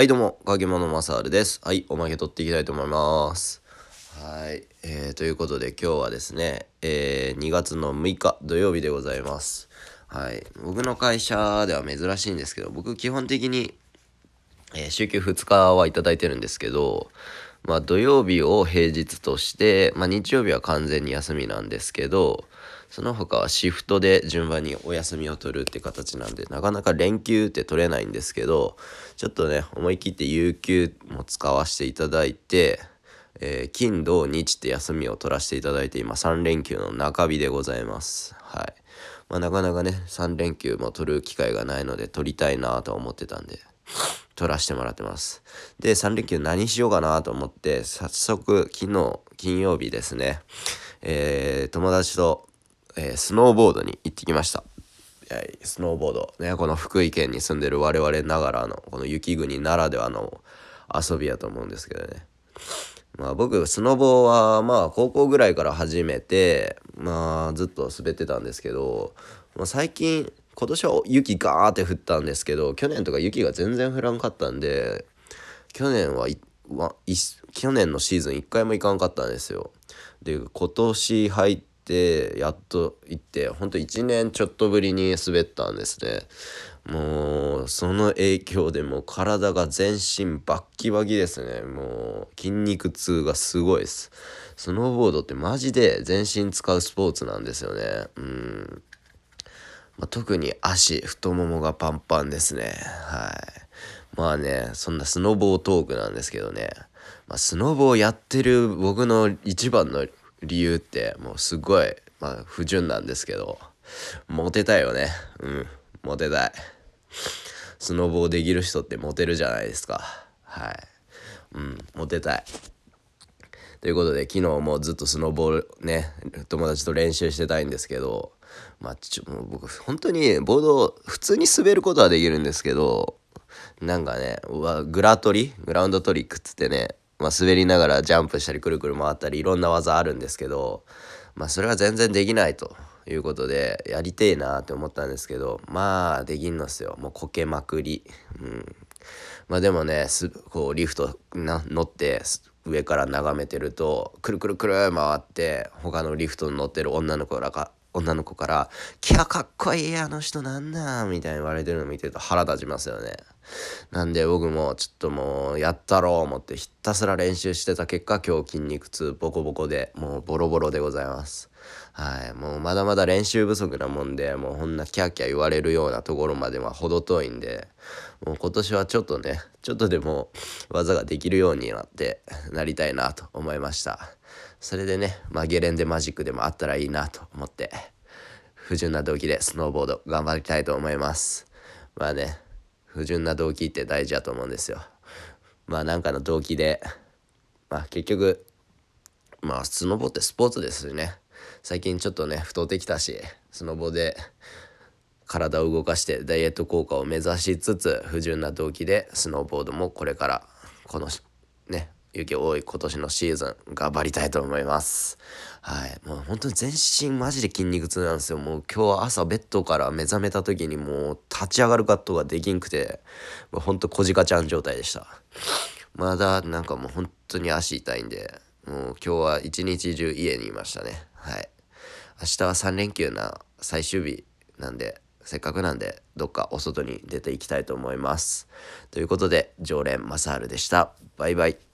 はい、どうも、影物マサールです。はい、おまけ取っていきたいと思います。はい、ということで今日はですね、2月の6日土曜日でございます。はい、僕の会社では珍しいんですけど、僕基本的に、週休2日はいただいてるんですけど、土曜日を平日として、日曜日は完全に休みなんですけど、その他はシフトで順番にお休みを取るって形なんで、なかなか連休って取れないんですけど、ちょっとね、思い切って有給も使わせていただいて、金土日って休みを取らせていただいて、今3連休の中日でございます。はい。なかなかね、3連休も取る機会がないので、取りたいなと思ってたんで、取らせてもらってます。で、3連休何しようかなと思って、早速、昨日、金曜日ですね、友達と、スノーボードに行ってきました。スノーボード。ね、この福井県に住んでる我々ながらの、この雪国ならではの遊びやと思うんですけどね。僕、スノボは高校ぐらいから始めて、ずっと滑ってたんですけど、最近、今年は雪ガーって降ったんですけど、去年とか雪が全然降らんかったんで、去年のシーズン1回も行かんかったんですよ。で、今年入ってやっと行ってほんと1年ちょっとぶりに滑ったんですね。もうその影響でもう体が全身バッキバキですね。もう筋肉痛がすごいです。スノーボードってマジで全身使うスポーツなんですよね。特に太ももがパンパンですね。はい。そんなスノボートークなんですけどね。スノボをやってる僕の一番の理由ってもうすごい、不純なんですけど、モテたいよね。モテたい。スノボーできる人ってモテるじゃないですか。はい。モテたい。ということで昨日もずっとスノボーね、友達と練習してたいんですけど、もう僕本当にボード普通に滑ることはできるんですけど、なんかね、グラウンドトリックっつってね、滑りながらジャンプしたりくるくる回ったりいろんな技あるんですけど、それは全然できないということで、やりてえなって思ったんですけど、できんのっすよ。もうこけまくり。でもね、こうリフト乗って上から眺めてると、くるくるくる回って他のリフトに乗ってる女の子から「キャかっこいいあの人なんだ」みたいに言われてるの見てると腹立ちますよね。なんで僕もちょっともうやったろう思ってひたすら練習してた結果、今日筋肉痛ボコボコでもうボロボロでございます。はい。もうまだまだ練習不足なもんで、もうこんなキャーキャー言われるようなところまでは程遠いんで、もう今年はちょっとでも技ができるようになりたいなと思いました。それでね、ゲレンデマジックでもあったらいいなと思って、不純な動機でスノーボード頑張りたいと思います。不純な動機って大事だと思うんですよ。なんかの動機で、結局、スノボってスポーツですよね。最近ちょっとね、太ってきたし、スノボで体を動かしてダイエット効果を目指しつつ、不純な動機でスノーボードもこれからこのね、雪多い今年のシーズン頑張りたいと思います。はい。もう本当に全身マジで筋肉痛なんですよ。もう今日朝ベッドから目覚めた時にもう立ち上がることができんくて、もうほんと小鹿ちゃん状態でした。まだなんかもう本当に足痛いんで、もう今日は一日中家にいましたね。はい。明日は3連休な最終日なんで、せっかくなんでどっかお外に出ていきたいと思います。ということで、常連マサールでした。バイバイ。